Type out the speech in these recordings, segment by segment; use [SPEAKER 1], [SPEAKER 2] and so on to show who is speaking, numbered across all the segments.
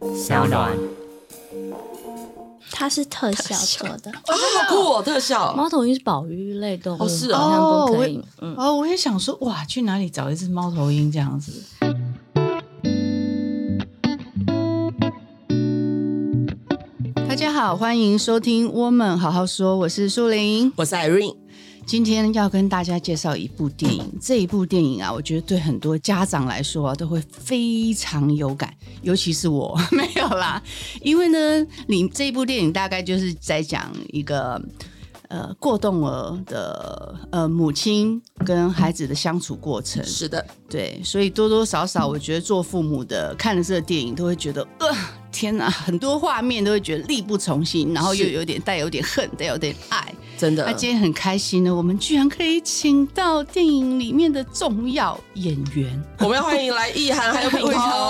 [SPEAKER 1] 小暖。
[SPEAKER 2] 它是特效做的
[SPEAKER 3] 哦，好酷哦！特效
[SPEAKER 1] 猫头鹰是保育类动物，
[SPEAKER 3] 哦是
[SPEAKER 1] 好像不可以。
[SPEAKER 4] 我也想说，哇，去哪里找一只猫头鹰这样子？大家好，欢迎收听《我们好好说》，我是舒玲，
[SPEAKER 3] 我是 Irene。
[SPEAKER 4] 今天要跟大家介绍一部电影，这一部电影啊，我觉得对很多家长来说啊，都会非常有感，尤其是我没有啦，因为呢，这一部电影大概就是在讲一个过动儿的母亲跟孩子的相处过程。
[SPEAKER 3] 是的，
[SPEAKER 4] 对，所以多多少少，我觉得做父母的看了这个电影，都会觉得天哪，很多画面都会觉得力不从心，然后又带有点恨，带有点爱。
[SPEAKER 3] 真的，
[SPEAKER 4] 那今天很开心呢，我们居然可以请到电影里面的重要演员，
[SPEAKER 3] 我们要欢迎来意涵还有品彤。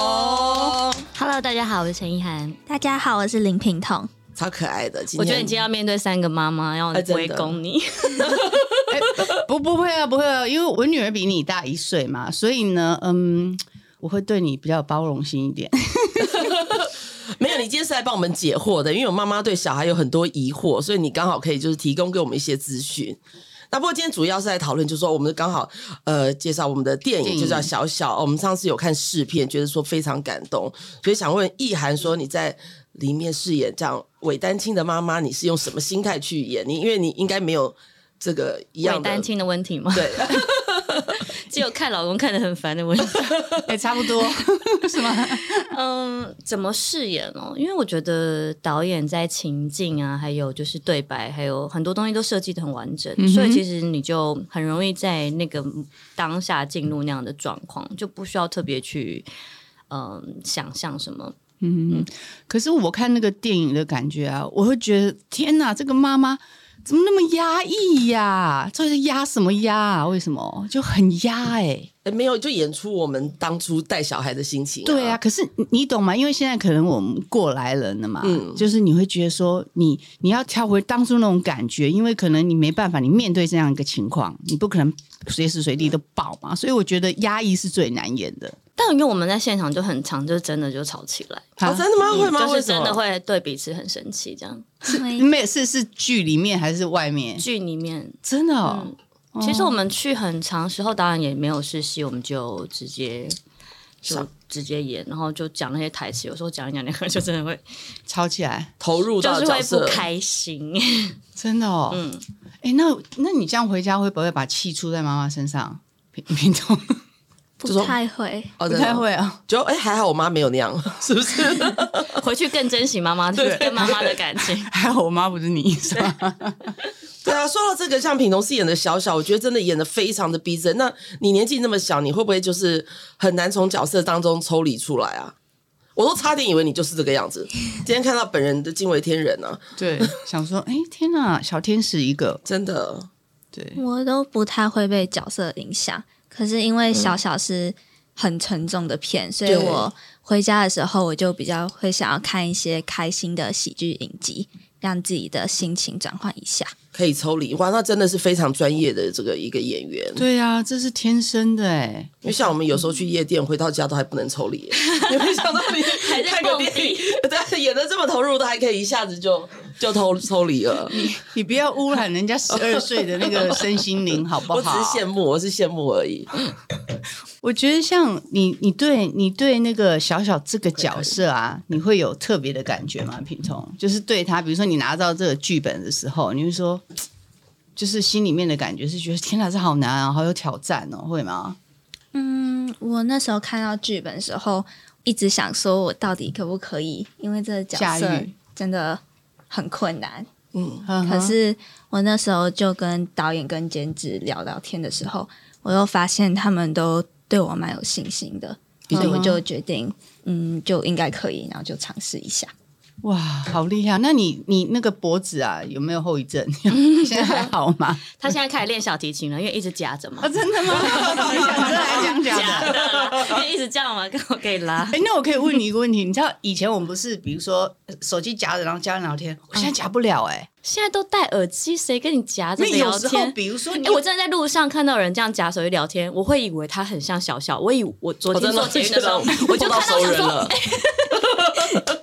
[SPEAKER 1] Hello， 大家好，我是陈意涵。
[SPEAKER 2] 大家好，我是林品彤。
[SPEAKER 3] 超可爱的，
[SPEAKER 1] 我觉得你今天要面对3个妈妈，然后围攻你。
[SPEAKER 4] 不会啊，不会啊，因为我女儿比你大1岁嘛，所以呢，我会对你比较包容心一点。
[SPEAKER 3] 没有，你今天是来帮我们解惑的，因为我妈妈对小孩有很多疑惑，所以你刚好可以就是提供给我们一些资讯。那不过今天主要是在讨论，就是说我们刚好介绍我们的电影就叫小小，我们上次有看试片，觉得说非常感动，所以想问意涵说你在里面饰演这样伪单亲的妈妈，你是用什么心态去演？因为你应该没有这个一样的
[SPEAKER 1] 伪单亲的问题吗？
[SPEAKER 3] 对。
[SPEAKER 1] 只有看老公看得很烦的问题。
[SPEAKER 4] 差不多是吗？
[SPEAKER 1] 怎么饰演哦？因为我觉得导演在情境啊，还有就是对白，还有很多东西都设计得很完整，所以其实你就很容易在那个当下进入那样的状况，就不需要特别去想象什么。
[SPEAKER 4] 可是我看那个电影的感觉啊，我会觉得天哪，这个妈妈怎么那么压抑呀？这是压什么压啊？为什么就很压
[SPEAKER 3] 没有，就演出我们当初带小孩的心情。
[SPEAKER 4] 对啊，可是你懂吗？因为现在可能我们过来人了嘛，就是你会觉得说你要跳回当初那种感觉，因为可能你没办法，你面对这样一个情况，你不可能随时随地都爆嘛，所以我觉得压抑是最难演的。
[SPEAKER 1] 但因为我们在现场就很常，就真的就吵起来。
[SPEAKER 3] 真的吗？会吗？
[SPEAKER 1] 就是真的会对彼此很生气，这样。
[SPEAKER 4] 是剧里面还是外面？
[SPEAKER 1] 剧里面
[SPEAKER 4] 真的哦。
[SPEAKER 1] 其实我们去很长时候，导演也没有试戏，我们就直接演，然后就讲那些台词。有时候讲一讲，那个就真的会
[SPEAKER 4] 吵起来，
[SPEAKER 3] 投入到角色，
[SPEAKER 1] 就是会不开心。
[SPEAKER 4] 真的哦。那你这样回家会不会把气出在妈妈身上？品彤。
[SPEAKER 2] 不太会，
[SPEAKER 4] 不太会啊。
[SPEAKER 3] 就还好我妈没有那样，是不是？
[SPEAKER 1] 回去更珍惜妈妈跟妈妈的感情。
[SPEAKER 4] 还好我妈不是你，是吧？
[SPEAKER 3] 对啊，说到这个，像品彤饰演的小小，我觉得真的演得非常的逼真。那你年纪那么小，你会不会就是很难从角色当中抽离出来啊？我都差点以为你就是这个样子。今天看到本人的惊为天人啊！
[SPEAKER 4] 对，想说，天哪，小天使一个，
[SPEAKER 3] 真的。
[SPEAKER 4] 对，
[SPEAKER 2] 我都不太会被角色影响。可是因为小小是很沉重的片，所以我回家的时候我就比较会想要看一些开心的喜剧影集，让自己的心情转换一下，
[SPEAKER 3] 可以抽离。哇，那真的是非常专业的这个一个演员。
[SPEAKER 4] 对啊，这是天生的
[SPEAKER 3] 因为像我们有时候去夜店，回到家都还不能抽离。你没想到你
[SPEAKER 1] 还在
[SPEAKER 3] 看个电影，对，演得这么投入，都还可以一下子就抽离了。
[SPEAKER 4] 你不要污染人家12岁的那个身心灵，好不好？
[SPEAKER 3] 我只是羡慕而已。
[SPEAKER 4] 我觉得像你对那个小小这个角色啊，你会有特别的感觉吗？品彤，就是对他，比如说你拿到这个剧本的时候，你会说，就是心里面的感觉是觉得天哪，这好难啊，好有挑战哦，会吗？
[SPEAKER 2] 我那时候看到剧本的时候，一直想说我到底可不可以，因为这个角色真的很困难。可是我那时候就跟导演跟监制聊天的时候，我又发现他们都对我蛮有信心的，所以我就决定就应该可以，然后就尝试一下。
[SPEAKER 4] 哇，好厉害！那你那个脖子啊，有没有后遗症？现在还好吗？
[SPEAKER 1] 他现在开始练小提琴了，因为一直夹着嘛。
[SPEAKER 4] 真的吗？你想真的还讲假
[SPEAKER 1] 的？因为一直这样嘛，刚好可以拉。
[SPEAKER 4] 那我可以问你一个问题，你知道以前我们不是，比如说手机夹着，然后家人聊天，我现在夹不了
[SPEAKER 1] 现在都戴耳机，谁跟你夹着聊天？
[SPEAKER 4] 有时候比如说
[SPEAKER 1] 我真的在路上看到人这样夹手机聊天，我会以为他很像小小。我昨天坐捷运的时候，我就看到想说，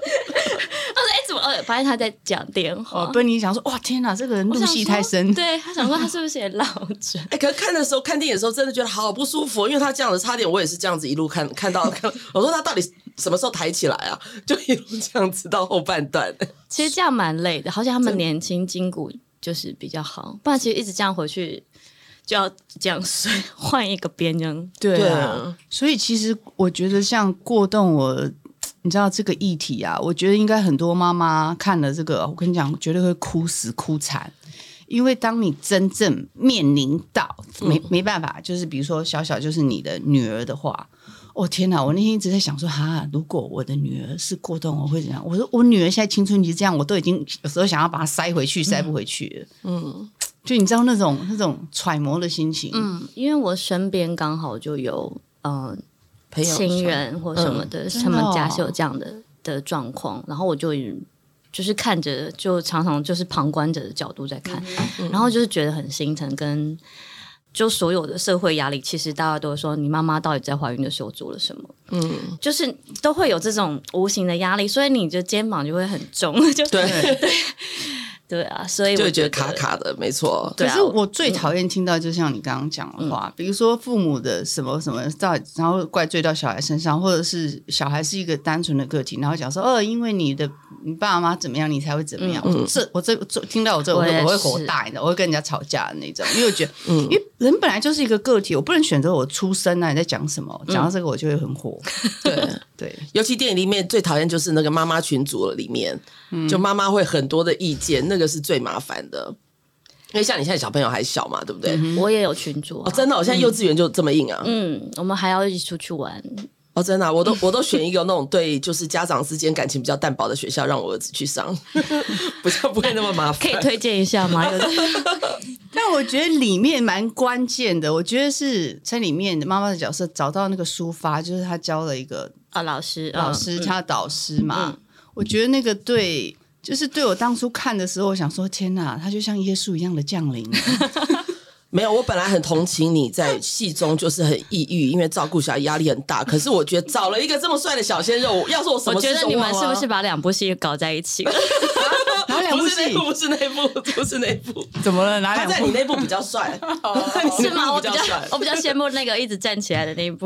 [SPEAKER 1] 发现他在讲电话。
[SPEAKER 4] 奔尼想说哇天哪，这个人入戏太深。
[SPEAKER 1] 对，他想说他是不是也落枕？
[SPEAKER 3] 可是看电影的时候真的觉得好不舒服，因为他这样子差点我也是这样子一路看到，我说他到底什么时候抬起来啊？就一路这样子到后半段。
[SPEAKER 1] 其实这样蛮累的，好像他们年轻筋骨就是比较好，不然其实一直这样回去就要这样睡，换一个边这样。
[SPEAKER 4] 对啊，所以其实我觉得像过动你知道这个议题啊，我觉得应该很多妈妈看了这个，我跟你讲，绝对会哭死哭惨。因为当你真正面临到没办法，就是比如说小就是你的女儿的话，天哪！我那天一直在想说，如果我的女儿是过动，我会怎样？我说我女儿现在青春期这样，我都已经有时候想要把她塞回去，塞不回去了。就你知道那种揣摩的心情。
[SPEAKER 1] 因为我身边刚好就有朋友亲人或什么的，他们家是有这样的状况，然后我就是看着，就常常就是旁观者的角度在看，然后就是觉得很心疼，跟就所有的社会压力，其实大家都会说，你妈妈到底在怀孕的时候做了什么？就是都会有这种无形的压力，所以你的肩膀就会很重，就对啊，所以
[SPEAKER 3] 就会觉得卡卡的，没错。
[SPEAKER 4] 可是我最讨厌听到，就像你刚刚讲的话，比如说父母的什么什么，然后怪罪到小孩身上，或者是小孩是一个单纯的个体，然后讲说，因为你爸妈怎么样，你才会怎么样。我听到我会火大，你知道，我会跟人家吵架的那种，因为我觉得，因为人本来就是一个个体，我不能选择我出生啊，你在讲什么？讲到这个我就会很火。对，
[SPEAKER 3] 尤其电影里面最讨厌就是那个妈妈群组里面，就妈妈会很多的意见，那个是最麻烦的。因为像你现在小朋友还小嘛，对不对？
[SPEAKER 1] 我也有群组
[SPEAKER 3] 真的，我现在幼稚园就这么硬啊。
[SPEAKER 1] 我们还要一起出去玩。
[SPEAKER 3] 真的我都选一个那种对就是家长之间感情比较淡薄的学校，让我儿子去上，比较不会那么麻烦。
[SPEAKER 1] 可以推荐一下吗？
[SPEAKER 4] 但我觉得里面蛮关键的，我觉得是在里面妈妈的角色找到那个抒发，就是他教了一个
[SPEAKER 1] 老师
[SPEAKER 4] 他的导师嘛。我觉得那个就是对我当初看的时候，我想说天哪，他就像耶稣一样的降临。
[SPEAKER 3] 没有，我本来很同情你在戏中就是很抑郁，因为照顾小孩压力很大。可是我觉得找了一个这么帅的小鲜肉，要是我什么事
[SPEAKER 1] 我觉得你们是不是把2部戏搞在一起了？
[SPEAKER 4] 哪2部戏？
[SPEAKER 3] 不是那部，
[SPEAKER 4] 怎么了？哪2部？
[SPEAKER 3] 他在你那部比较帅，
[SPEAKER 1] 是吗？我比较羡慕那个一直站起来的那一部。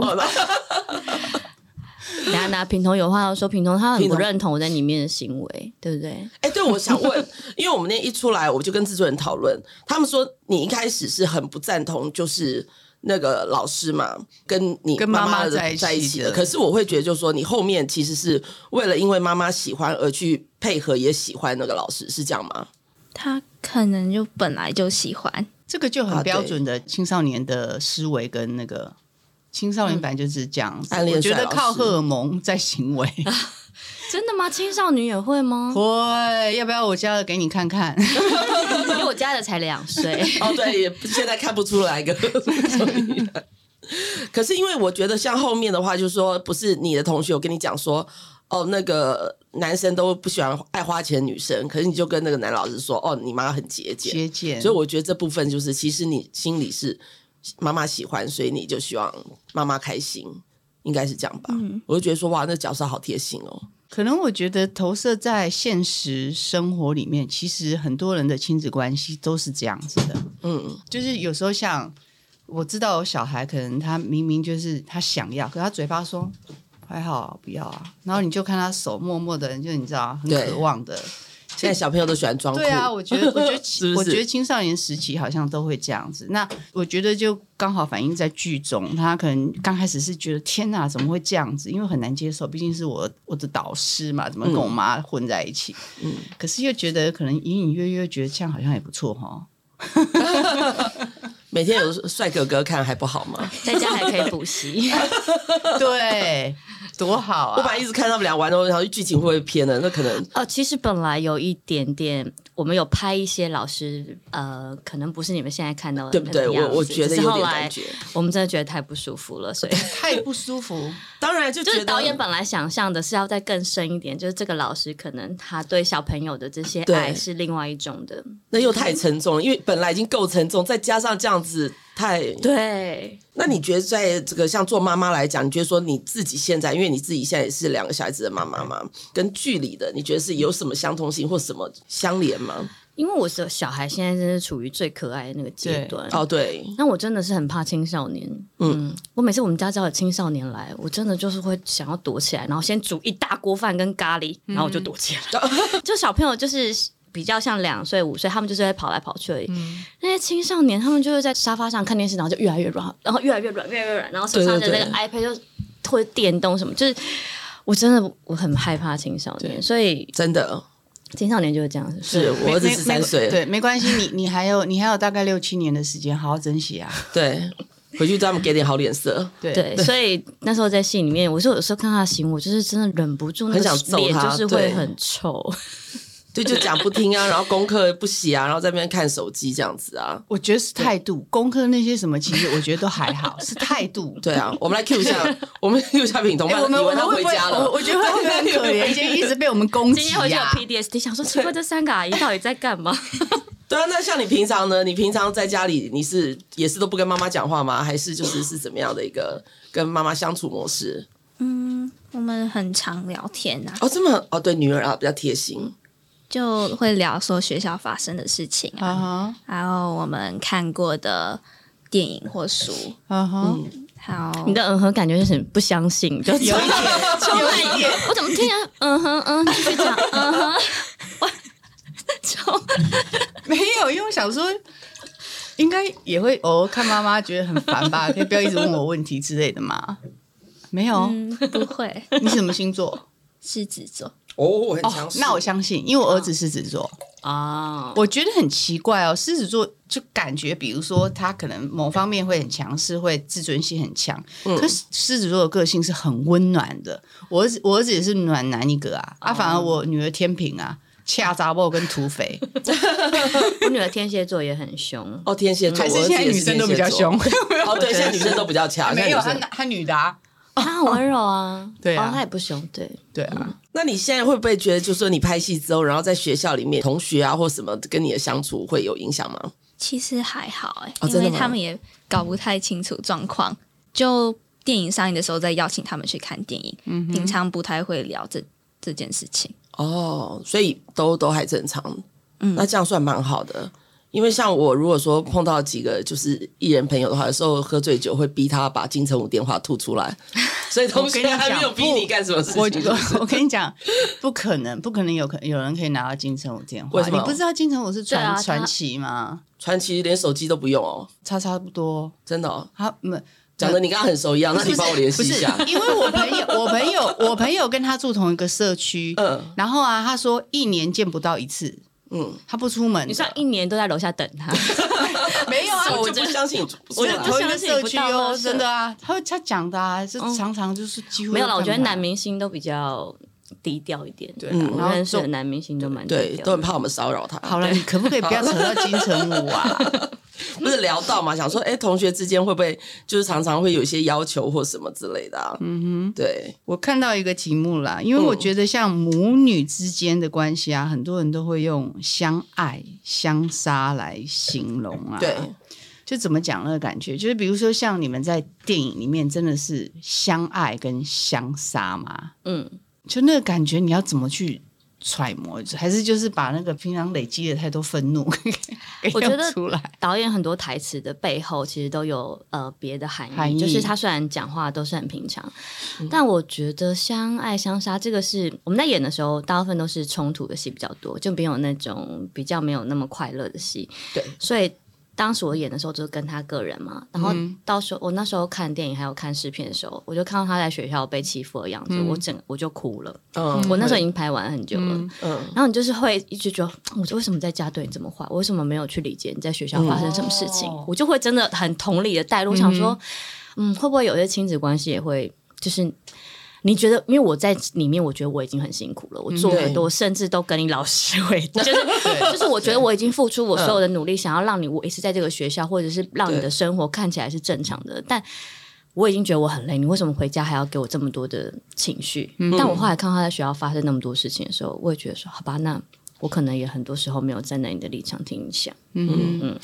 [SPEAKER 1] 等下品彤有话要说，品彤他很不认同我在里面的行为，对不对？
[SPEAKER 3] 对，我想问，因为我们那天一出来，我就跟制作人讨论，他们说你一开始是很不赞同，就是那个老师嘛，跟你妈妈在一起的。可是我会觉得，就是说你后面其实是为了因为妈妈喜欢而去配合，也喜欢那个老师，是这样吗？
[SPEAKER 2] 他可能就本来就喜欢，
[SPEAKER 4] 这个就很标准的青少年的思维跟那个。青少年版就是这样子，我觉得靠荷尔蒙在行为。
[SPEAKER 1] 真的吗？青少女也会吗？
[SPEAKER 4] 会，要不要我家的给你看看？
[SPEAKER 1] 因为我家的才2岁。
[SPEAKER 3] 对，现在看不出来个。可是因为我觉得像后面的话，就是说不是你的同学有跟你讲说，那个男生都不喜欢爱花钱的女生，可是你就跟那个男老师说，你妈很节俭，所以我觉得这部分就是其实你心里是。妈妈喜欢，所以你就希望妈妈开心，应该是这样吧？我就觉得说，哇，那角色好贴心哦。
[SPEAKER 4] 可能我觉得投射在现实生活里面，其实很多人的亲子关系都是这样子的。就是有时候像我知道有小孩，可能他明明就是他想要，可他嘴巴说还好不要啊，然后你就看他手默默的，就你知道很渴望的。
[SPEAKER 3] 现在小朋友都喜欢装酷。
[SPEAKER 4] 对啊，我觉得青少年时期好像都会这样子。那我觉得就刚好反映在剧中，他可能刚开始是觉得天哪，怎么会这样子？因为很难接受，毕竟是我的导师嘛，怎么跟我妈混在一起？可是又觉得可能隐隐约约觉得这样好像也不错哈。
[SPEAKER 3] 每天有帅哥哥看还不好吗？
[SPEAKER 1] 在家还可以补习。
[SPEAKER 4] 对。多好啊！
[SPEAKER 3] 我本来一直看他们俩玩的，然后剧情会不会偏了？那可能
[SPEAKER 1] 其实本来有一点点，我们有拍一些老师，可能不是你们现在看到的，
[SPEAKER 3] 对不对？我觉得有点感觉，
[SPEAKER 1] 我们真的觉得太不舒服了，所以
[SPEAKER 4] 太不舒服。
[SPEAKER 3] 当然就是
[SPEAKER 1] 导演本来想象的是要再更深一点，就是这个老师可能他对小朋友的这些爱是另外一种的，
[SPEAKER 3] 那又太沉重了，因为本来已经够沉重，再加上这样子太
[SPEAKER 1] 对。
[SPEAKER 3] 那你觉得在这个像做妈妈来讲，你觉得说你自己现在，因为你自己现在也是2个小孩子的妈妈嘛，跟剧里的你觉得是有什么相同性或什么相连吗？
[SPEAKER 1] 因为我的小孩现在真是处于最可爱的那个阶段
[SPEAKER 3] 哦，对，
[SPEAKER 1] 那我真的是很怕青少年。我每次我们家只要有青少年来，我真的就是会想要躲起来，然后先煮一大锅饭跟咖喱，然后我就躲起来。就小朋友就是比较像2岁5岁，他们就是会跑来跑去而已。那些青少年他们就会在沙发上看电视，然后就越来越软，然后越来越软，越来越软，然后手上的那个 iPad 就推电动什么，就是我真的我很害怕青少年，所以
[SPEAKER 3] 真的。
[SPEAKER 1] 青少年就是这样子，
[SPEAKER 3] 是我儿子13岁，
[SPEAKER 4] 对，没关系，你还有大概6、7年的时间，好好珍惜啊。
[SPEAKER 3] 对，回去他们给点好脸色。
[SPEAKER 1] 对，所以那时候在戏里面，我说有时候看他的行为，我就是真的忍不住，那个脸就是会很臭。
[SPEAKER 3] 对，就讲不听啊，然后功课不写啊，然后在那边看手机这样子啊。
[SPEAKER 4] 我觉得是态度，功课那些什么，其实我觉得都还好，是态度。
[SPEAKER 3] 对啊，我们来 cue 一下，我们 cue 一下品彤，
[SPEAKER 4] 我们
[SPEAKER 3] 他回家了。
[SPEAKER 4] 我觉得会不会很可怜，今天一直被我们攻击啊。
[SPEAKER 1] 今天回去有 PDSD， 想说奇怪，这3个阿姨到底在干嘛？
[SPEAKER 3] 对啊，那像你平常呢？你平常在家里，也是都不跟妈妈讲话吗？还是是怎么样的一个跟妈妈相处模式？
[SPEAKER 2] 我们很常聊天啊。
[SPEAKER 3] 哦，这么哦，对，女儿啊比较贴心。
[SPEAKER 2] 就会聊说学校发生的事情啊，然后我们看过的电影或书，好，
[SPEAKER 1] 你的感觉就是不相信，就有一点，我怎么听啊？继续讲，
[SPEAKER 4] 没有，因为我想说，应该也会偶尔看妈妈觉得很烦吧，可以不要一直问我问题之类的嘛？没有，
[SPEAKER 2] 不会。
[SPEAKER 4] 你什么星座？
[SPEAKER 2] 狮子座。
[SPEAKER 3] 哦，很强势。
[SPEAKER 4] 那我相信，因为我儿子狮子座啊，我觉得很奇怪哦。狮子座就感觉，比如说他可能某方面会很强势，会自尊心很强。可是狮子座的个性是很温暖的。我儿子也是暖男一个啊，反而我女儿天平啊，恰杂爆跟土匪。
[SPEAKER 1] 我女儿天蝎座也很凶
[SPEAKER 3] 哦，天蝎座
[SPEAKER 4] 还是现在女生都比较凶。
[SPEAKER 3] 哦，对，现在女生都比较强。
[SPEAKER 4] 没有，她女的啊。
[SPEAKER 1] 他很温柔啊，
[SPEAKER 4] 对啊，
[SPEAKER 1] 他也不凶，
[SPEAKER 4] 对啊。
[SPEAKER 3] 那你现在会不会觉得，就是说你拍戏之后，然后在学校里面同学啊或什么跟你的相处会有影响吗？
[SPEAKER 2] 其实还好因为他们也搞不太清楚状况。就电影上映的时候再邀请他们去看电影，平常不太会聊这件事情。
[SPEAKER 3] 哦，所以都还正常，那这样算蛮好的。因为像我如果说碰到几个就是艺人朋友的话，有时候喝醉酒会逼他把金城武电话吐出来，所以同学还没有逼你干什么事情。
[SPEAKER 4] 我跟你讲，不可能有人可以拿到金城武电话。
[SPEAKER 3] 为什么？
[SPEAKER 4] 你不知道金城武是传奇吗？
[SPEAKER 3] 传奇连手机都不用哦，
[SPEAKER 4] 差不多，
[SPEAKER 3] 真的哦。
[SPEAKER 4] 他
[SPEAKER 3] 讲的你刚刚很熟一样，那你帮我联系一下。
[SPEAKER 4] 因为我朋友跟他住同一个社区，然后啊，他说1年见不到1次。他不出门，
[SPEAKER 1] 你说1年都在楼下等他，
[SPEAKER 3] 没有啊，我就不相信，
[SPEAKER 4] 我同一个社区哦，真的啊，他讲的啊，就常常就是几乎
[SPEAKER 1] 没有了。我觉得男明星都比较低调一点，对，我认识的男明星都蛮低调的，
[SPEAKER 3] 对，都很怕我们骚扰他。
[SPEAKER 4] 好了，你可不可以不要扯到金城武啊？
[SPEAKER 3] 不是聊到嘛，想说同学之间会不会就是常常会有一些要求或什么之类的啊？对，
[SPEAKER 4] 我看到一个题目啦，因为我觉得像母女之间的关系啊，很多人都会用相爱相杀来形容啊。
[SPEAKER 3] 对，
[SPEAKER 4] 就怎么讲那个感觉，就是比如说像你们在电影里面真的是相爱跟相杀嘛？就那个感觉你要怎么去揣摩，还是就是把那个平常累积的太多愤怒
[SPEAKER 1] 我觉得
[SPEAKER 4] 出来。
[SPEAKER 1] 导演很多台词的背后其实都有别的含义，就是他虽然讲话都是很平常，但我觉得相爱相杀这个是我们在演的时候大部分都是冲突的戏比较多，就没有那种比较没有那么快乐的戏。
[SPEAKER 3] 对，
[SPEAKER 1] 所以当时我演的时候就是跟他个人嘛，然后到时候我那时候看电影还有看视频的时候，我就看到他在学校被欺负的样子，我就哭了。我那时候已经拍完很久了，然后你就是会一直觉得，我为什么在家对你这么坏？我为什么没有去理解你在学校发生什么事情？我就会真的很同理的带入，想说，会不会有些亲子关系也会就是。你觉得，因为我在里面，我觉得我已经很辛苦了，我做很多，甚至都跟你老师会，就是我觉得我已经付出我所有的努力，想要让你维持在这个学校，或者是让你的生活看起来是正常的，但我已经觉得我很累，你为什么回家还要给我这么多的情绪？但我后来看到他在学校发生那么多事情的时候，我也觉得说，好吧，那我可能也很多时候没有站在你的立场听你想。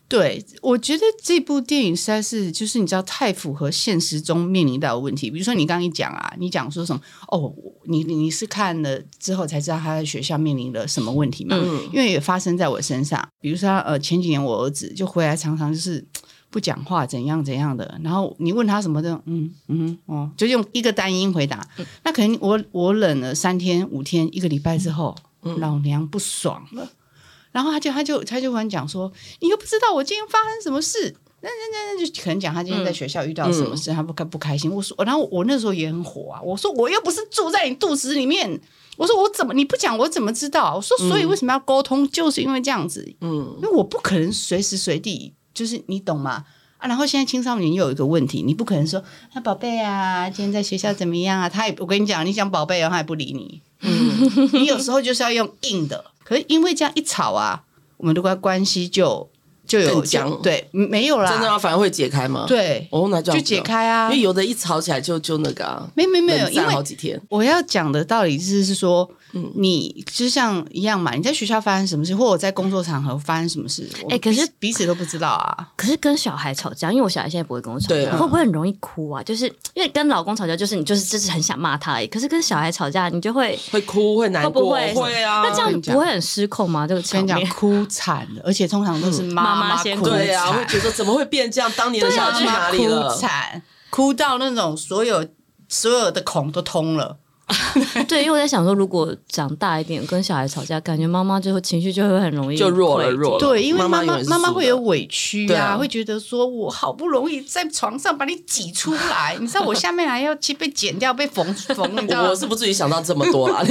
[SPEAKER 4] 对，我觉得这部电影实在是就是你知道太符合现实中面临到的问题。比如说你刚刚一讲啊，你讲说什么你是看了之后才知道他在学校面临了什么问题嘛？因为也发生在我身上。比如说前几年我儿子就回来常常就是不讲话怎样怎样的，然后你问他什么的就用一个单音回答。那可能我忍了3天5天1个礼拜之后，老娘不爽了。然后他就忽然讲说，你又不知道我今天发生什么事，那就可能讲他今天在学校遇到什么事，他不开心。然后我那时候也很火啊，我说我又不是住在你肚子里面，我说你不讲我怎么知道？我说所以为什么要沟通，就是因为这样子，因为我不可能随时随地，就是你懂吗？然后现在青少年又有一个问题，你不可能说宝贝啊，今天在学校怎么样啊？我跟你讲，你讲宝贝他也不理你。你有时候就是要用硬的。可是因为这样一吵啊，我们的关系就有
[SPEAKER 3] 僵，
[SPEAKER 4] 对，没有啦。
[SPEAKER 3] 真的反而会解开吗？
[SPEAKER 4] 对，
[SPEAKER 3] 那就
[SPEAKER 4] 解开啊。
[SPEAKER 3] 因为有的一吵起来就那个啊，
[SPEAKER 4] 没有，因为
[SPEAKER 3] 好几天。
[SPEAKER 4] 我要讲的道理是说，你就像一样嘛，你在学校发生什么事，或者我在工作场合发生什么事，
[SPEAKER 1] 可是
[SPEAKER 4] 彼此都不知道啊。
[SPEAKER 1] 可是跟小孩吵架，因为我小孩现在不会跟我吵架，会不会很容易哭啊？就是因为跟老公吵架，就是你就是很想骂他而已。可是跟小孩吵架，你就会
[SPEAKER 3] 哭，会难过，
[SPEAKER 1] 会
[SPEAKER 3] 啊。
[SPEAKER 1] 那这样不会很失控吗？这个场面
[SPEAKER 4] 跟你讲，哭惨了，而且通常都是妈妈
[SPEAKER 1] 先
[SPEAKER 4] 哭，
[SPEAKER 3] 对啊，会觉得怎么会变这样？当年的小孩去哪里了？
[SPEAKER 4] 哭惨，哭到那种所有的孔都通了。
[SPEAKER 1] 对，因为我在想说，如果长大一点跟小孩吵架，感觉妈妈就会情绪就会很容易
[SPEAKER 3] 就弱了。
[SPEAKER 4] 对，因为妈妈会有委屈
[SPEAKER 3] 啊，
[SPEAKER 4] 会觉得说我好不容易在床上把你挤出来，你知道我下面还要去被剪掉、被缝，你知道吗？
[SPEAKER 3] 我是不至于想到这么多啦。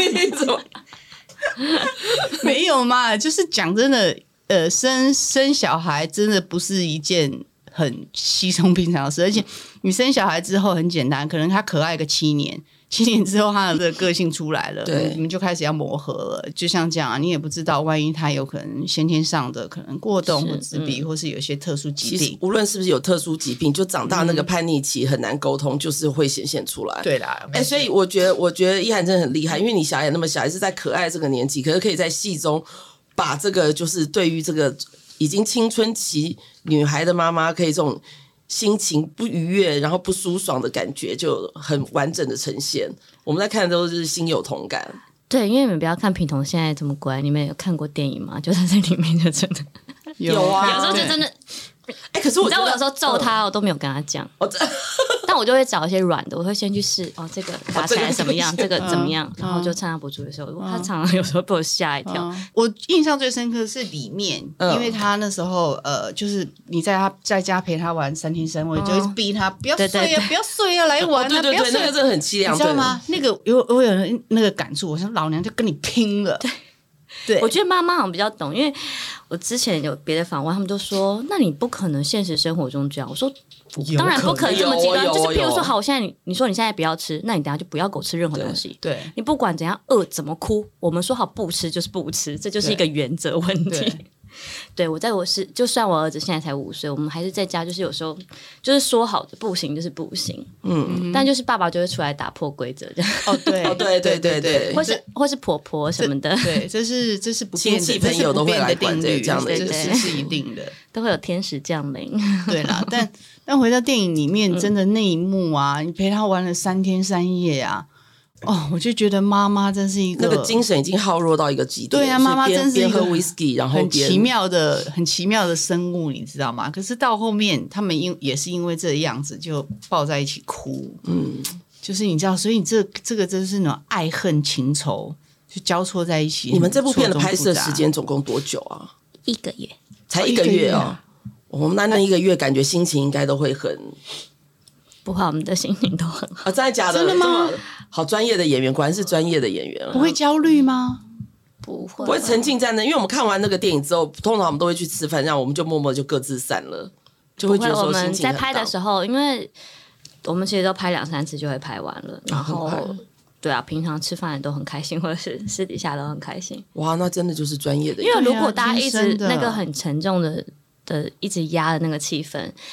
[SPEAKER 4] 没有嘛，就是讲真的，生小孩真的不是一件很稀松平常的事，而且你生小孩之后很简单，可能他可爱个7年之后他的个性出来了，你们就开始要磨合了。就像这样啊，你也不知道万一他有可能先天上的可能过动或自闭，或是有一些特殊疾病，
[SPEAKER 3] 无论是不是有特殊疾病，就长大那个叛逆期很难沟通，就是会显现出来。
[SPEAKER 4] 对啦，
[SPEAKER 3] 所以我觉得一涵真的很厉害，因为你小孩那么小，还是在可爱这个年纪，可是可以在戏中把这个就是对于这个已经青春期女孩的妈妈，可以这种心情不愉悦然后不舒爽的感觉就很完整的呈现，我们在看的都是心有同感。
[SPEAKER 1] 对，因为你们不要看品彤现在这么乖，你们有看过电影吗？就他在里面就真的
[SPEAKER 3] 有啊，
[SPEAKER 1] 有时候就真的
[SPEAKER 3] 可是我
[SPEAKER 1] 知道我有时候揍他我都没有跟他讲，但我就会找一些软的，我会先去试这个打起来怎么样，这个怎么样，然后就趁他不注意的时候，他常常有时候被我吓一跳。
[SPEAKER 4] 我印象最深刻的是里面，因为他那时候就是你在家陪他玩3天3夜，就会逼他不要睡啊，不要睡啊，来玩啊，
[SPEAKER 3] 对，那个真的很凄凉，
[SPEAKER 4] 你知道吗？那个我有那个感触，我说老娘就跟你拼了。对，
[SPEAKER 1] 我觉得妈妈好像比较懂，因为我之前有别的访问，他们都说，那你不可能现实生活中这样。我说当然不可能这么极端，就是譬如说，好，我现在你说你现在不要吃，那你等下就不要给我吃任何东西。
[SPEAKER 4] 对，
[SPEAKER 1] 你不管怎样怎么哭，我们说好不吃就是不吃，这就是一个原则问题。对，就算我儿子现在才5岁，我们还是在家，就是有时候就是说好的不行就是不行，但就是爸爸就会出来打破规则这样。
[SPEAKER 3] 对，
[SPEAKER 1] 或是婆婆什么的，
[SPEAKER 4] 对，这是不变的，
[SPEAKER 3] 亲戚朋友都会来
[SPEAKER 4] 定律，
[SPEAKER 3] 这样的，
[SPEAKER 4] 这是一定的，
[SPEAKER 1] 都会有天使降临。
[SPEAKER 4] 对啦，但回到电影里面，真的那一幕啊，你陪他玩了3天3夜啊。我就觉得妈妈真是一个
[SPEAKER 3] 那个精神已经耗弱到一个极点。
[SPEAKER 4] 对啊，妈妈真是一个
[SPEAKER 3] 边喝 whisky， 然后
[SPEAKER 4] 很奇妙的生物，你知道吗？可是到后面，他们也是因为这样子就抱在一起哭。就是你知道，所以这个真是那种爱恨情仇就交错在一起。
[SPEAKER 3] 你们这部片的拍摄时间总共多久啊
[SPEAKER 2] ？1个月，
[SPEAKER 3] 才1个月哦。我们那1个月，感觉心情应该都会很。
[SPEAKER 1] 不怕，我们的心情都很好。
[SPEAKER 3] 真的假的？
[SPEAKER 4] 真的吗？
[SPEAKER 3] 好专业的演员，果然是专业的演员。
[SPEAKER 4] 不会焦虑吗？
[SPEAKER 1] 不
[SPEAKER 3] 会沉浸在那，因为我们看完那个电影之后，通常我们都会去吃饭，然后我们就默默就各自散了，就会觉得说心情很
[SPEAKER 1] 我们在拍的时候，因为我们其实都拍2、3次就会拍完了，然后对啊，平常吃饭也都很开心，或者是私底下都很开心。
[SPEAKER 3] 哇，那真的就是专业的。
[SPEAKER 1] 因为如果大家一直那个很沉重的一直压的那个气氛。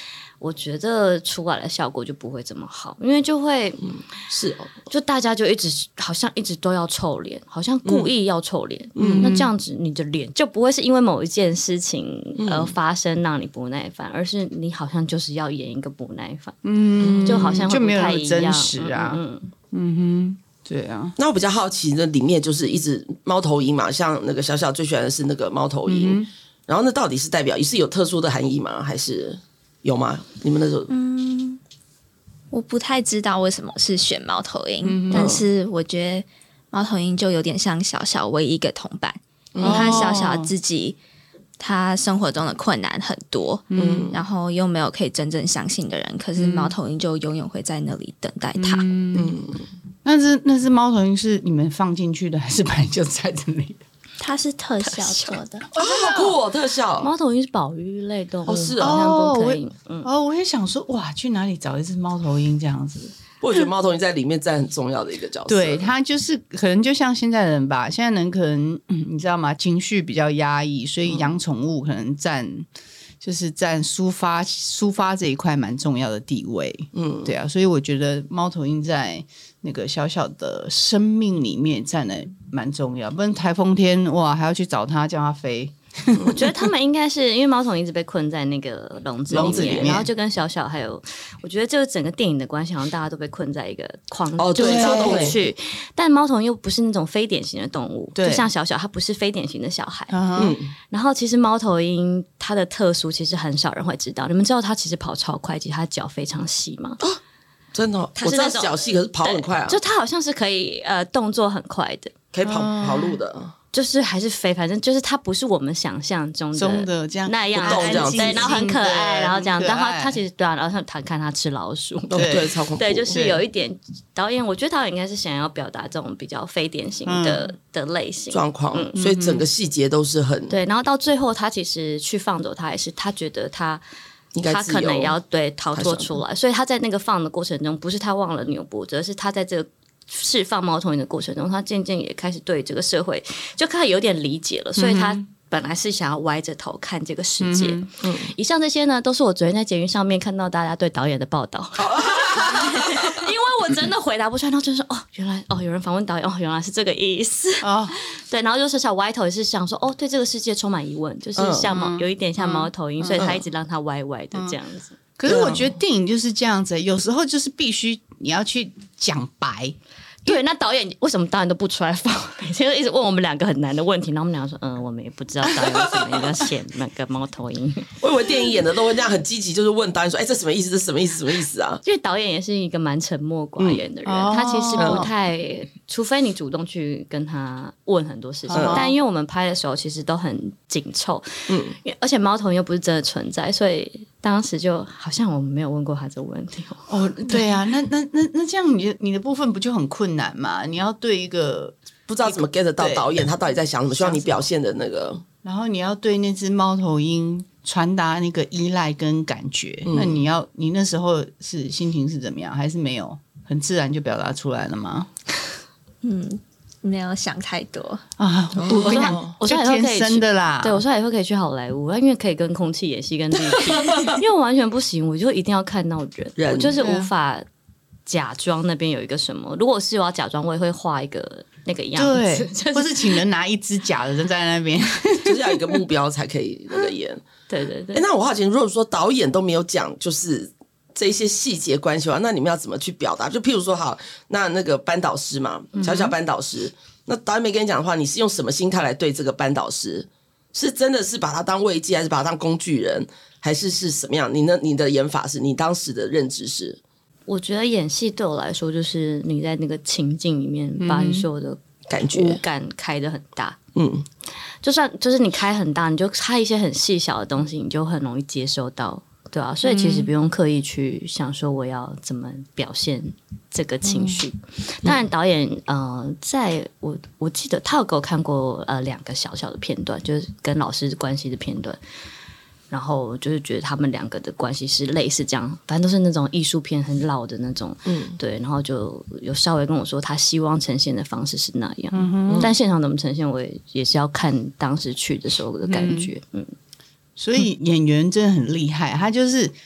[SPEAKER 1] 我觉得出来的效果就不会这么好，因为就会
[SPEAKER 3] 是哦，
[SPEAKER 1] 就大家就好像一直都要臭脸，好像故意要臭脸。那这样子你的脸就不会是因为某一件事情而发生让你不耐烦，而是你好像就是要演一个不耐烦，就好像会不太一样，
[SPEAKER 4] 就没有那么真实啊。对啊。
[SPEAKER 3] 那我比较好奇，那里面就是一直猫头鹰嘛，像那个小小最喜欢的是那个猫头鹰，然后那到底是代表是有特殊的含义吗？还是有吗？你们那时候
[SPEAKER 2] 我不太知道为什么是选猫头鹰，但是我觉得猫头鹰就有点像小小唯一一个同伴，因为他小小自己他生活中的困难很多，然后又没有可以真正相信的人，可是猫头鹰就永远会在那里等待他。
[SPEAKER 4] 那只猫头鹰是你们放进去的，还是本来就在这里的？
[SPEAKER 2] 它是特效做的，
[SPEAKER 3] 好酷哦，特效。
[SPEAKER 1] 猫头鹰是保育类动物，
[SPEAKER 3] 是
[SPEAKER 1] 好像不可以。
[SPEAKER 4] 我也想说，哇，去哪里找一只猫头鹰这样子？
[SPEAKER 3] 我觉得猫头鹰在里面占很重要的一个角色。
[SPEAKER 4] 对，它就是可能就像现在的人吧，现在人可能你知道吗？情绪比较压抑，所以养宠物可能占抒发这一块蛮重要的地位。对啊，所以我觉得猫头鹰在那个小小的生命里面占的蛮重要，不然台风天哇还要去找它叫它飞。
[SPEAKER 1] 我觉得他们应该是因为猫头鹰一直被困在那个笼子里面，然后就跟小小还有，我觉得这个整个电影的关系，好像大家都被困在一个框就是出不去。但猫头鹰又不是那种非典型的动物，就像小小，它不是非典型的小孩。然后其实猫头鹰它的特殊其实很少人会知道，你们知道它其实跑超快，其实它脚非常细吗？
[SPEAKER 3] 真的我知道脚细，可是跑很快啊。
[SPEAKER 1] 就它好像是可以动作很快的，
[SPEAKER 3] 可以跑路的。
[SPEAKER 1] 就是还是飞，反正就是它不是我们想象中的
[SPEAKER 4] 这样
[SPEAKER 1] 那样
[SPEAKER 3] 安静，
[SPEAKER 1] 对，然后很可爱，然后这样，但它其实对啊，然后他看它吃老鼠，
[SPEAKER 3] 对，超恐怖，
[SPEAKER 1] 对，就是有一点导演，我觉得导演应该是想要表达这种比较非典型的类型
[SPEAKER 3] 状况，所以整个细节都是很
[SPEAKER 1] 对，然后到最后他其实去放走他，也是他觉得他可能要逃脱出来，所以他在那个放的过程中，不是他忘了扭脖子，而是他在这个释放猫头鹰的过程中，他渐渐也开始对这个社会就开始有点理解了，所以他本来是想要歪着头看这个世界。以上这些呢，都是我昨天在捷运上面看到大家对导演的报道。因为我真的回答不出来，然后就说原来有人访问导演，原来是这个意思。对，然后就是小歪头也是想说对这个世界充满疑问，就是像有一点像猫头鹰，所以他一直让它歪歪的这样子。
[SPEAKER 4] 可是我觉得电影就是这样子，有时候就是必须你要去讲白。
[SPEAKER 1] 对，那导演为什么导演都不出来放？每天都一直问我们两个很难的问题，然后我们两个说我们也不知道导演为什么要写那个猫头鹰。
[SPEAKER 3] 我以为电影演的都会这样很积极，就是问导演说这什么意思，这什么意思，什么意思啊？
[SPEAKER 1] 因为导演也是一个蛮沉默寡言的人，他其实不太除非你主动去跟他问很多事情，但因为我们拍的时候其实都很紧凑，而且猫头鹰又不是真的存在，所以当时就好像我们没有问过他这个问题。
[SPEAKER 4] 对啊，那这样你的部分不就很困难嘛？你要对一个
[SPEAKER 3] 不知道怎么 get 到导演他到底在想什么，希望你表现的那个，
[SPEAKER 4] 然后你要对那只猫头鹰传达那个依赖跟感觉，那你那时候是心情是怎么样？还是没有很自然就表达出来了吗？
[SPEAKER 2] 没有想太多
[SPEAKER 4] 啊！我跟你讲，
[SPEAKER 1] 我说以后可以去的啦。对，我说以后可以去好莱坞，因为可以跟空气演戏跟立体，因为我完全不行，我就一定要看到人，我就是无法假装那边有一个什么。如果是我要假装，我也会画一个那个样子，
[SPEAKER 4] 对，或是请人拿一只假的人在那边，
[SPEAKER 3] 就是要有一个目标才可以那个演。
[SPEAKER 1] 对对对。
[SPEAKER 3] 那我好奇，如果说导演都没有讲，就是这些细节关系的话，那你们要怎么去表达？就譬如说，好，那个班导师嘛，小小班导师，那导演没跟你讲的话，你是用什么心态来对这个班导师？是真的是把他当慰藉，还是把他当工具人，还是什么样？你的演法是你当时的认知是？
[SPEAKER 1] 我觉得演戏对我来说，就是你在那个情境里面，把你所有的
[SPEAKER 3] 感觉
[SPEAKER 1] 五感开得很大。就算就是你开很大，你就开一些很细小的东西，你就很容易接收到。对啊，所以其实不用刻意去想说我要怎么表现这个情绪。当然，导演在我记得他有给我看过2个小小的片段，就是跟老师关系的片段。然后就是觉得他们2个的关系是类似这样，反正都是那种艺术片很老的那种，对。然后就有稍微跟我说他希望呈现的方式是那样，但现场怎么呈现，我也是要看当时去的时候的感觉，
[SPEAKER 4] 所以演员真的很厉害，他就是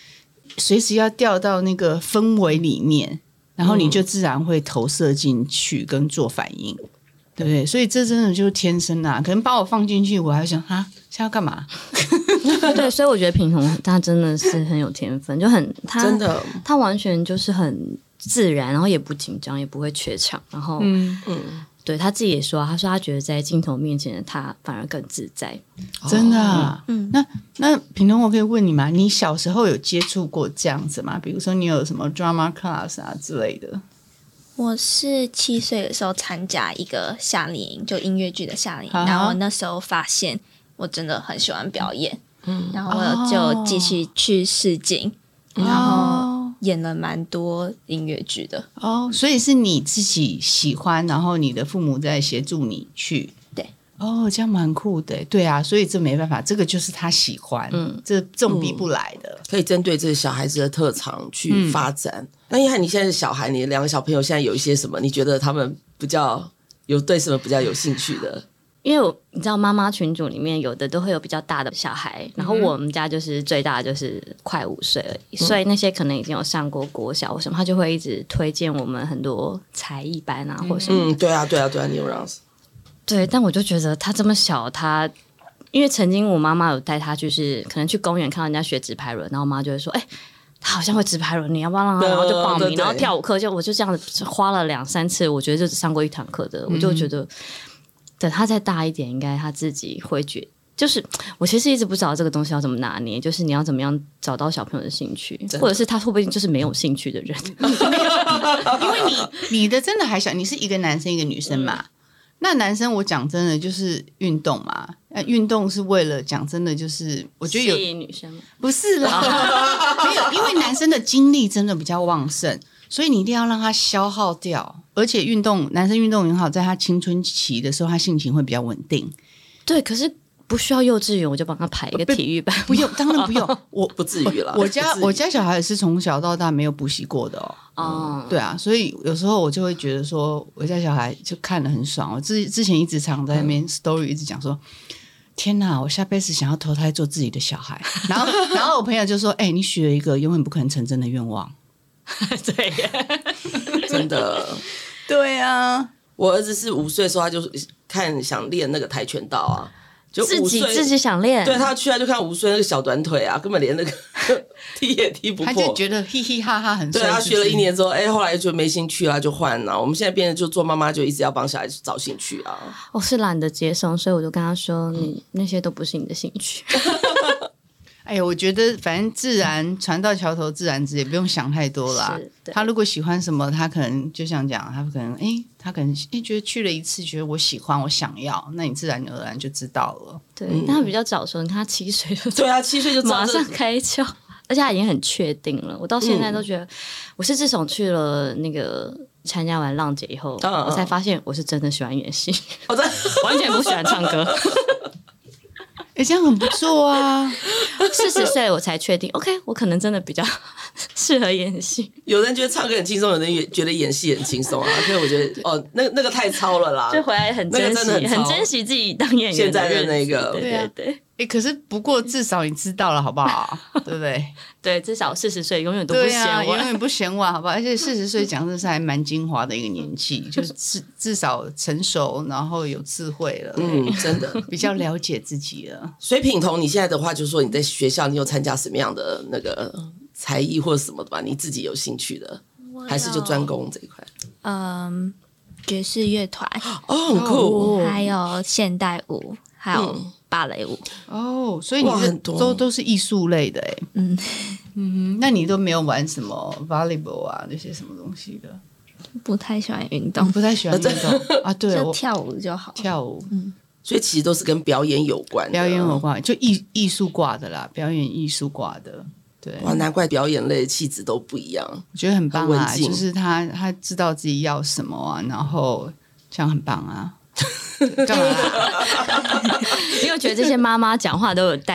[SPEAKER 4] 随时要掉到那个氛围里面，然后你就自然会投射进去跟做反应，对不对？所以这真的就是天生啊，可能把我放进去，我还想啊，现在要干嘛？
[SPEAKER 1] 对，所以我觉得品彤他真的是很有天分，就很他
[SPEAKER 3] 真的，
[SPEAKER 1] 他完全就是很自然，然后也不紧张，也不会怯场，然后对他自己也说，他说他觉得在镜头面前的他反而更自在，
[SPEAKER 4] 真的啊。那品彤，我可以问你吗？你小时候有接触过这样子吗？比如说你有什么 drama class 啊之类的？
[SPEAKER 2] 我是7岁的时候参加一个夏令营，就音乐剧的夏令营，然后那时候发现我真的很喜欢表演，然后我就继续去试镜，然后演了蛮多音乐剧的。
[SPEAKER 4] 哦，所以是你自己喜欢，然后你的父母在协助你去。
[SPEAKER 2] 对，
[SPEAKER 4] 哦，这样蛮酷的。对啊，所以这没办法，这个就是他喜欢，这种逼不来的。
[SPEAKER 3] 可以针对这个小孩子的特长去发展。那因为你现在是小孩，你2个小朋友现在有一些什么？你觉得他们比较有对什么比较有兴趣的？
[SPEAKER 1] 因为你知道妈妈群组里面有的都会有比较大的小孩，然后我们家就是最大的就是快5岁而已，所以那些可能已经有上过国小或什么，他就会一直推荐我们很多才艺班啊或什么。
[SPEAKER 3] 对啊，你有让
[SPEAKER 1] 对，但我就觉得他这么小，他因为曾经我妈妈有带他，就是可能去公园看到人家学直排轮，然后我妈就会说：“他好像会直排轮，你要不要让他？”然后就报名，然后跳舞课我就这样子花了2-3次，我觉得就只上过1堂课的，我就觉得。等他再大一点，应该他自己会就是我其实一直不知道这个东西要怎么拿捏，就是你要怎么样找到小朋友的兴趣，或者是他会不会就是没有兴趣的人？
[SPEAKER 4] 因为你的真的还小，你是一个男生一个女生嘛。那男生我讲真的就是运动嘛，运动是为了讲真的就是我觉得有
[SPEAKER 1] 吸引女生吗？
[SPEAKER 4] 不是啦，没有，因为男生的精力真的比较旺盛。所以你一定要让他消耗掉，而且男生运动很好，在他青春期的时候，他性情会比较稳定。
[SPEAKER 1] 对，可是不需要幼稚园我就帮他排一个体育班，
[SPEAKER 4] 不用，当然不用，我
[SPEAKER 3] 不至于了。
[SPEAKER 4] 我家小孩是从小到大没有补习过的哦。对啊，所以有时候我就会觉得说，我家小孩就看得很爽。我之前一直常在那边 story 一直讲说。天哪！我下辈子想要投胎做自己的小孩，然后我朋友就说：“你许了一个永远不可能成真的愿望。”
[SPEAKER 1] 对，
[SPEAKER 3] 真的，
[SPEAKER 4] 对啊。
[SPEAKER 3] 我儿子是5岁的时候，他就想练那个跆拳道啊，就
[SPEAKER 1] 自己想练，
[SPEAKER 3] 对他去就看5岁那个小短腿啊，根本连那个踢也踢不破，
[SPEAKER 4] 他就觉得嘻嘻哈哈很帅。
[SPEAKER 3] 对，他学了1年之后，后来就没兴趣了，就换了。我们现在变成就做妈妈，就一直要帮小孩子找兴趣啊。
[SPEAKER 1] 我是懒得接送，所以我就跟他说：“你那些都不是你的兴趣。”
[SPEAKER 4] 我觉得反正自然船到桥头自然直，也不用想太多啦。他如果喜欢什么，他可能就像讲，他可能觉得去了一次，觉得我喜欢，我想要，那你自然而然就知道了。
[SPEAKER 1] 对，但他比较早熟，你看他7岁就
[SPEAKER 3] 对啊，7岁就
[SPEAKER 1] 马上开窍，而且他已经很确定了。我到现在都觉得，我是自从去了那个参加完浪姐以后，我才发现我是真的喜欢演戏，完全不喜欢唱歌。
[SPEAKER 4] 这样很不错啊
[SPEAKER 1] ！40岁我才确定 ，OK， 我可能真的比较适合演戏。
[SPEAKER 3] 有人觉得唱歌很轻松，有人觉得演戏很轻松啊。所以我觉得那个太糙了啦，
[SPEAKER 1] 就回来很珍惜，很珍惜自己当演员
[SPEAKER 3] 现在的那个，
[SPEAKER 1] 对。
[SPEAKER 4] 可是不过至少你知道了，好不好？对不对？
[SPEAKER 1] 对，至少40岁永远都不嫌晚，
[SPEAKER 4] 永远不嫌晚，好不好？而且40岁讲的是还蛮精华的一个年纪，就是至少成熟，然后有智慧了，
[SPEAKER 3] 真的
[SPEAKER 4] 比较了解自己了。
[SPEAKER 3] 所以品彤，你现在的话，就是说你在学校，你有参加什么样的那个才艺或者什么的吧？你自己有兴趣的，还是就专攻这一块？
[SPEAKER 2] 爵士乐团
[SPEAKER 3] 很酷，
[SPEAKER 2] 还有现代舞，还有芭蕾舞。
[SPEAKER 4] 所以你是都是艺术类的那你都没有玩什么 volleyball 啊那些什么东西的？
[SPEAKER 2] 不太喜欢运动，
[SPEAKER 4] 不太喜欢运动啊？对，
[SPEAKER 2] 就跳舞就好。
[SPEAKER 4] 跳舞，
[SPEAKER 3] 所以其实都是跟表演有关，
[SPEAKER 4] 就艺术挂的啦，表演艺术挂的。对，
[SPEAKER 3] 哇，难怪表演类的气质都不一样，
[SPEAKER 4] 我觉得很棒啊！就是他知道自己要什么啊，然后这样很棒啊。干嘛？
[SPEAKER 1] 因为我觉得这些妈妈讲话都有带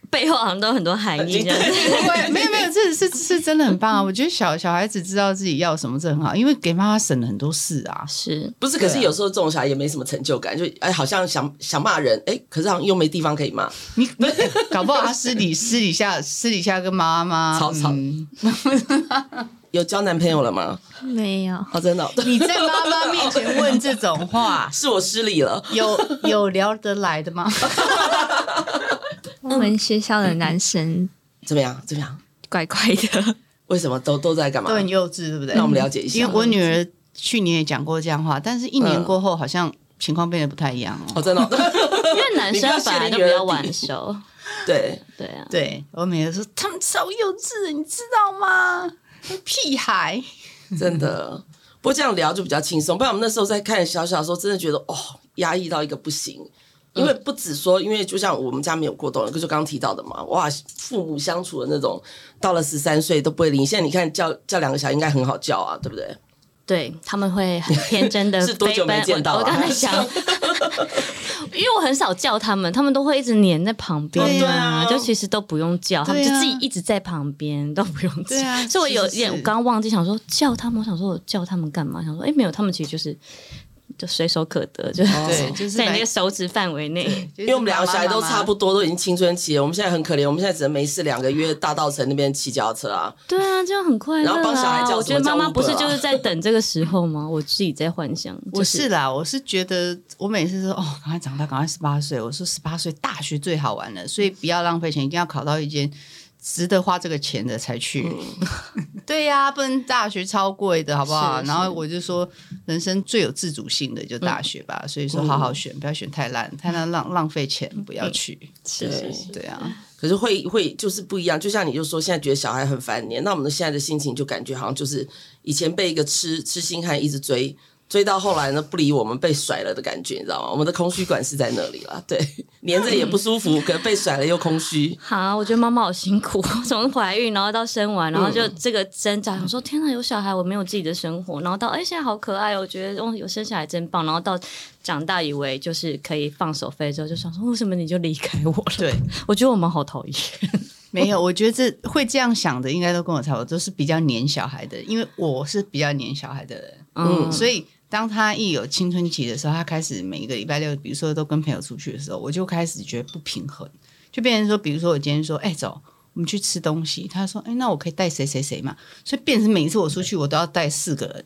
[SPEAKER 1] 背后好像都有很多含义这样子。
[SPEAKER 4] 没有，这是真的很棒啊！我觉得小孩子知道自己要什么，这很好，因为给妈妈省了很多事啊。
[SPEAKER 1] 是
[SPEAKER 3] 不是？可是有时候这种小孩也没什么成就感，就好像想骂人，可是好像又没地方可以骂。
[SPEAKER 4] 你搞不好他私底下跟妈妈
[SPEAKER 3] 吵。有交男朋友了吗？
[SPEAKER 2] 没有。
[SPEAKER 3] 哦，真的哦。
[SPEAKER 4] 你在妈妈面前问这种话，
[SPEAKER 3] 是我失礼了。
[SPEAKER 4] 有聊得来的吗？
[SPEAKER 2] 我们学校的男生
[SPEAKER 3] 怎么样？
[SPEAKER 2] 怪怪的。
[SPEAKER 3] 为什么都在干嘛？
[SPEAKER 4] 都很幼稚，对不对？
[SPEAKER 3] 那我们了解一下。
[SPEAKER 4] 因为我女儿去年也讲过这样话，但是1年过后好像情况变得不太一样
[SPEAKER 3] 哦。真的哦。
[SPEAKER 1] 因为男生本来都比较晚熟。
[SPEAKER 3] 对
[SPEAKER 1] 啊，
[SPEAKER 4] 对我每次说他们超幼稚，你知道吗？屁孩，
[SPEAKER 3] 真的。不过这样聊就比较轻松，不然我们那时候在看小的时候，真的觉得压抑到一个不行。因为不止说，因为就像我们家没有过动人，就刚刚提到的嘛，哇，父母相处的那种，到了13岁都不会理。现在你看叫2个小孩应该很好叫啊，对不对？
[SPEAKER 1] 对，他们会很天真的。
[SPEAKER 3] 是多久没见到啊？
[SPEAKER 1] 我刚才想，因为我很少叫他们都会一直黏在旁边。
[SPEAKER 3] 对啊，
[SPEAKER 1] 就其实都不用叫，他们就自己一直在旁边，都不用叫。
[SPEAKER 4] 对啊，
[SPEAKER 1] 所以我有点，我刚刚忘记想说叫他们，我想说我叫他们干嘛？想说没有，他们其实就随手可得，就是在你那个手指范围内。
[SPEAKER 3] 因为我们2个小孩都差不多，都已经青春期了。我们现在很可怜，我们现在只能没事2个月大稻埕那边骑脚踏车啊。
[SPEAKER 1] 对啊，这样很快乐啊。
[SPEAKER 3] 然后帮小孩叫什么？
[SPEAKER 1] 我觉得妈妈不是就是在等这个时候吗？我自己在幻想。
[SPEAKER 4] 我是啦，我是觉得我每次说赶快长大，赶快18岁。我说18岁大学最好玩了，所以不要浪费钱，一定要考到一间值得花这个钱的才去。对呀，不然大学超贵的好不好？然后我就说人生最有自主性的就大学吧，所以说好好选，不要选太烂浪费钱，不要去。
[SPEAKER 1] 是，
[SPEAKER 4] 对啊。
[SPEAKER 3] 可是会就是不一样，就像你就说现在觉得小孩很烦你，那我们现在的心情就感觉好像就是以前被一个痴心汉一直追到后来呢，不理我们被甩了的感觉，你知道吗？我们的空虚感是在那里了，对，黏着也不舒服，可能被甩了又空虚。
[SPEAKER 1] 好，我觉得妈妈好辛苦，从怀孕然后到生完，然后就这个挣扎，想说天哪，有小孩我没有自己的生活，然后到现在好可爱哦，我觉得有生下来真棒，然后到长大以为就是可以放手飞之后，就想说为什么你就离开我了？
[SPEAKER 4] 对，
[SPEAKER 1] 我觉得我们好讨厌。
[SPEAKER 4] 没有，我觉得会这样想的应该都跟我差不多，都是比较黏小孩的，因为我是比较黏小孩的人，所以当他一有青春期的时候，他开始每一个礼拜6，比如说都跟朋友出去的时候，我就开始觉得不平衡，就变成说，比如说我今天说，走，我们去吃东西，他说，那我可以带谁谁谁嘛，所以变成每一次我出去，我都要带4个人。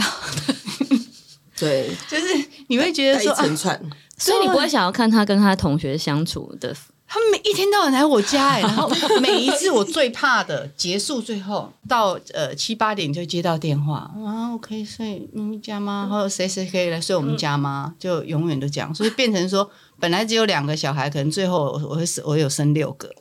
[SPEAKER 3] 对，
[SPEAKER 4] 就是你会觉得说，
[SPEAKER 3] 一层串，
[SPEAKER 1] 所以你不会想要看他跟他的同学相处的。
[SPEAKER 4] 他们一天到晚来我家然后每一次我最怕的结束最后到7、8点就接到电话我可以睡你们家吗？或者谁谁可以来睡我们家吗？就永远都这样，所以变成说本来只有2个小孩，可能最后我有生6个。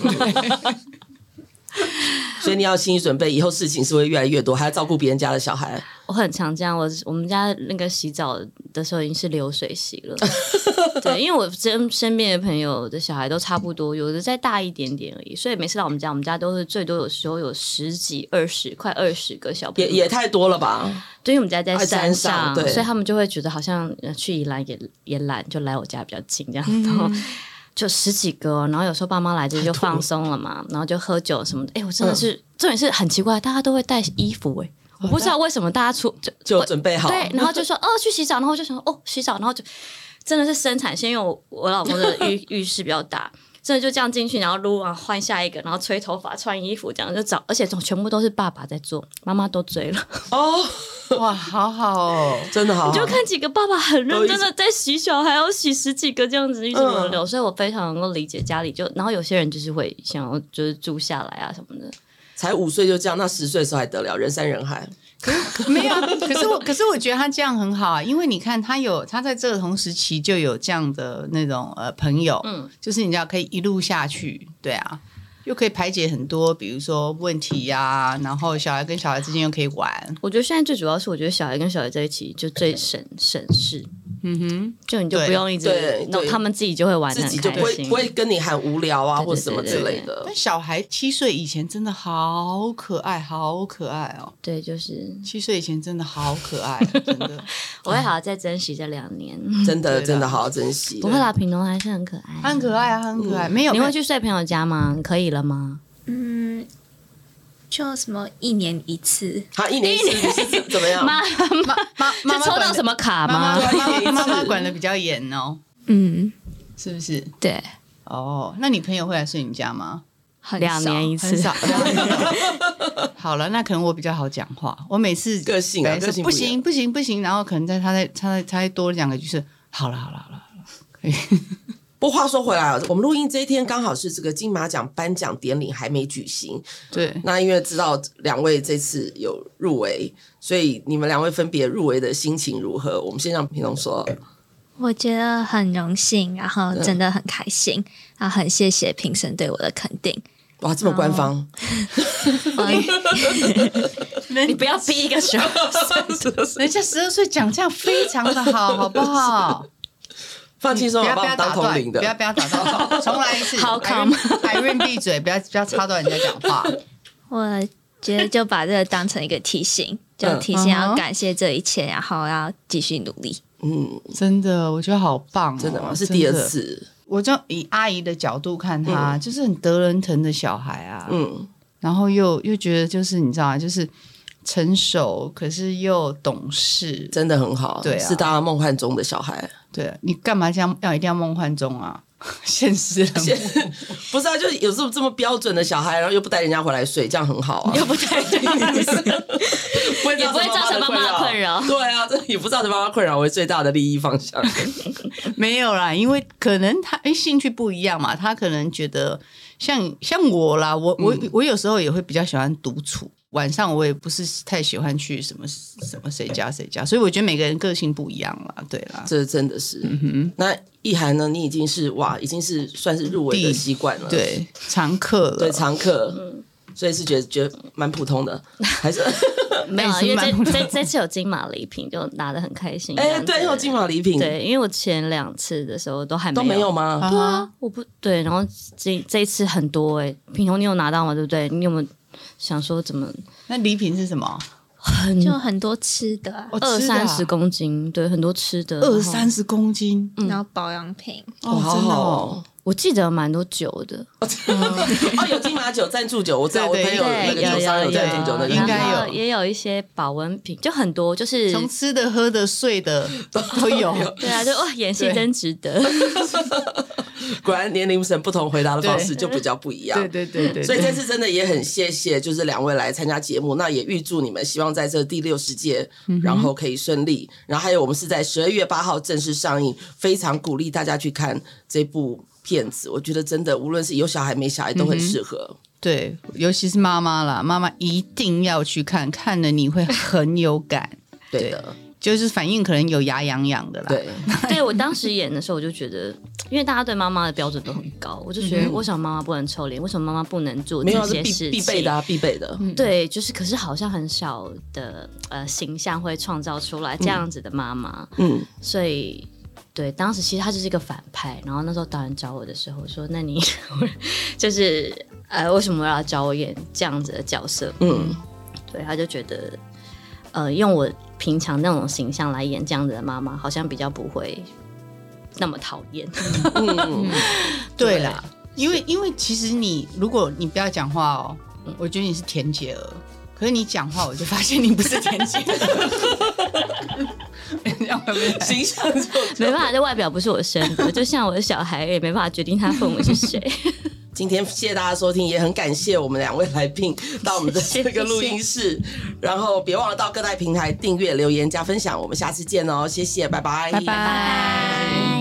[SPEAKER 3] 所以你要心理准备，以后事情是会越来越多，还要照顾别人家的小孩。
[SPEAKER 1] 我很常这样，我们家那个洗澡的时候已经是流水洗了。对，因为我身边的朋友的小孩都差不多，有的再大一点点而已，所以每次来我们家都是最多有时候有10几、20，快20个小朋友，
[SPEAKER 3] 也太多了吧？
[SPEAKER 1] 对，因为我们家在山上，
[SPEAKER 3] 对，
[SPEAKER 1] 所以他们就会觉得好像去宜兰也懒，就来我家比较近这样。然后就10几个，然后有时候爸妈来这就放松了嘛，然后就喝酒什么的。我真的是重点是很奇怪，大家都会带衣服我不知道为什么大家
[SPEAKER 3] 就准备好，
[SPEAKER 1] 对，然后就说去洗澡，然后我就想说洗澡，然后就真的是生产线，因为我老公的浴室比较大，真的就这样进去，然后撸完换下一个，然后吹头发、穿衣服，这样就找，而且全部都是爸爸在做，妈妈都追了。
[SPEAKER 4] 哇，好好哦，
[SPEAKER 3] 真的好好。
[SPEAKER 1] 你就看几个爸爸很认真的在洗小孩，要洗10几个这样子，一直轮流，所以我非常能够理解家里然后有些人就是会想要就是住下来啊什么的。
[SPEAKER 3] 才5岁就这样，那10岁的时候还得了？人山人海。
[SPEAKER 4] 没有，可是我觉得他这样很好啊，因为你看他在这个同时期就有这样的那种朋友，就是你知道可以一路下去，对啊，又可以排解很多比如说问题啊，然后小孩跟小孩之间又可以玩。
[SPEAKER 1] 我觉得现在最主要是，我觉得小孩跟小孩在一起就最省事。 就你就不用一直，他们自己就会玩得很开心，
[SPEAKER 3] 自己就不会跟你喊无聊啊或什么之类的。
[SPEAKER 4] 但小孩7岁以前真的好可爱，好可爱哦。
[SPEAKER 1] 对，就是
[SPEAKER 4] 7岁以前真的好可爱，真的。
[SPEAKER 1] 我会好好再珍惜这2年，
[SPEAKER 3] 真的好好珍惜。
[SPEAKER 1] 不会啦，品农还是很可爱，
[SPEAKER 4] 很可爱啊，很可爱。没有，
[SPEAKER 1] 你会去睡朋友家吗？可以了吗？
[SPEAKER 2] 就什么1年1次，
[SPEAKER 3] 他1年1次是怎么样？
[SPEAKER 1] 妈抽到什么卡吗？
[SPEAKER 4] 妈妈管的比较严哦。是不是？
[SPEAKER 2] 对。
[SPEAKER 4] 哦，那你朋友会来睡你家吗
[SPEAKER 2] ？2
[SPEAKER 1] 年1次，
[SPEAKER 4] 很少。好了，那可能我比较好讲话。我每次
[SPEAKER 3] 个性
[SPEAKER 4] 不行，然后可能他再多2个就是好了，可以。
[SPEAKER 3] 不过话说回来啊，我们录音这一天刚好是这个金马奖颁奖典礼还没举行。
[SPEAKER 4] 对，
[SPEAKER 3] 那因为知道2位这次有入围，所以你们2位分别入围的心情如何？我们先让品农说。
[SPEAKER 2] 我觉得很荣幸，然后真的很开心，然后很谢谢评审对我的肯定。
[SPEAKER 3] 哇，这么官方！
[SPEAKER 1] 你不要逼一个12岁，
[SPEAKER 4] 人家12岁讲这样非常的好，好不好？
[SPEAKER 3] 放轻松，
[SPEAKER 4] 不要
[SPEAKER 3] 当通灵的，
[SPEAKER 4] 不要打断，重来一次。
[SPEAKER 1] 好 come，
[SPEAKER 4] 海润闭嘴，不要插断人家讲话。
[SPEAKER 2] 我觉得就把这个当成一个提醒，就提醒要感谢这一切，然后要继续努力。
[SPEAKER 4] 真的，我觉得好棒哦！
[SPEAKER 3] 真的吗？是第2次。
[SPEAKER 4] 我就以阿姨的角度看他，就是很得人疼的小孩啊。然后又觉得就是你知道吗？就是成熟，可是又懂事，
[SPEAKER 3] 真的很好。
[SPEAKER 4] 对啊，
[SPEAKER 3] 是大家梦幻中的小孩。
[SPEAKER 4] 对啊，你干嘛这样一定要梦幻中啊？现实
[SPEAKER 3] 不是啊，就是有这么标准的小孩，然后又不带人家回来睡，这样很好啊。
[SPEAKER 1] 又不带人家回来睡，也不会造成妈妈的困扰。
[SPEAKER 3] 对啊，这也不造成妈妈困扰为最大的利益方向。
[SPEAKER 4] 没有啦，因为可能他兴趣不一样嘛，他可能觉得像我啦，我有时候也会比较喜欢独处。晚上我也不是太喜欢去什么谁家，所以我觉得每个人个性不一样啦，对啦，
[SPEAKER 3] 这真的是。那意涵呢？你已经是算是入围的习惯了，
[SPEAKER 4] 对，常客了，
[SPEAKER 3] 对，常客，所以是觉得蛮普通的，还是
[SPEAKER 1] 没有，因为这次有金马礼品，就拿得很开心。
[SPEAKER 3] 对，有金马礼品，
[SPEAKER 1] 对，因为我前2次的时候都还
[SPEAKER 3] 都没有吗？
[SPEAKER 1] 对啊，我不对，然后这一次很多品农你有拿到吗？对不对？你有没有？想说怎么？
[SPEAKER 4] 那礼品是什么？
[SPEAKER 2] 就很多吃的
[SPEAKER 1] ，20-30公斤，对，很多吃的
[SPEAKER 4] ，20-30公斤，
[SPEAKER 2] 然后保养品，
[SPEAKER 3] 真的哦。
[SPEAKER 1] 我记得蛮多酒的，
[SPEAKER 3] 有金马酒赞助酒，我知道我朋友那个酒商有赞助酒的，
[SPEAKER 4] 应该有，
[SPEAKER 1] 也有一些保温瓶，就很多，就是
[SPEAKER 4] 从吃的、喝的、睡的都有。
[SPEAKER 1] 对啊，就哇，演戏真值得。
[SPEAKER 3] 果然年龄层不同，回答的方式就比较不一样。
[SPEAKER 4] 对，
[SPEAKER 3] 所以这次真的也很谢谢，就是2位来参加节目，那也预祝你们，希望在这第60届，然后可以顺利。然后还有我们是在12月8号正式上映，非常鼓励大家去看这部片子。我觉得真的无论是有小孩没小孩都很适合。
[SPEAKER 4] 对，尤其是妈妈啦，妈妈一定要去看，看了你会很有感。
[SPEAKER 3] 对的。
[SPEAKER 4] 就是反应可能有牙痒痒的啦。
[SPEAKER 1] 对，我当时演的时候，我就觉得，因为大家对妈妈的标准都很高，我就觉得为什么妈妈不能臭脸？为什么妈妈不能做这些事情？
[SPEAKER 3] 必备的，必备的。
[SPEAKER 1] 对，就是可是好像很少的形象会创造出来这样子的妈妈。所以对，当时其实她就是一个反派。然后那时候导演找我的时候说：“那你就是为什么要找我演这样子的角色？”对，他就觉得用我平常那种形象来演这样子的妈妈，好像比较不会那么讨厌。
[SPEAKER 4] 对啦，因为其实如果你不要讲话哦，我觉得你是田姐儿，可是你讲话，我就发现你不是田姐儿。
[SPEAKER 3] 形象就
[SPEAKER 1] 没办法，这外表不是我生的，就像我的小孩也没办法决定他父母是谁。
[SPEAKER 3] 今天谢谢大家收听，也很感谢我们2位来宾到我们的这个录音室，然后别忘了到各大平台订阅、留言、加分享，我们下次见哦，谢谢，拜拜，
[SPEAKER 2] 拜拜。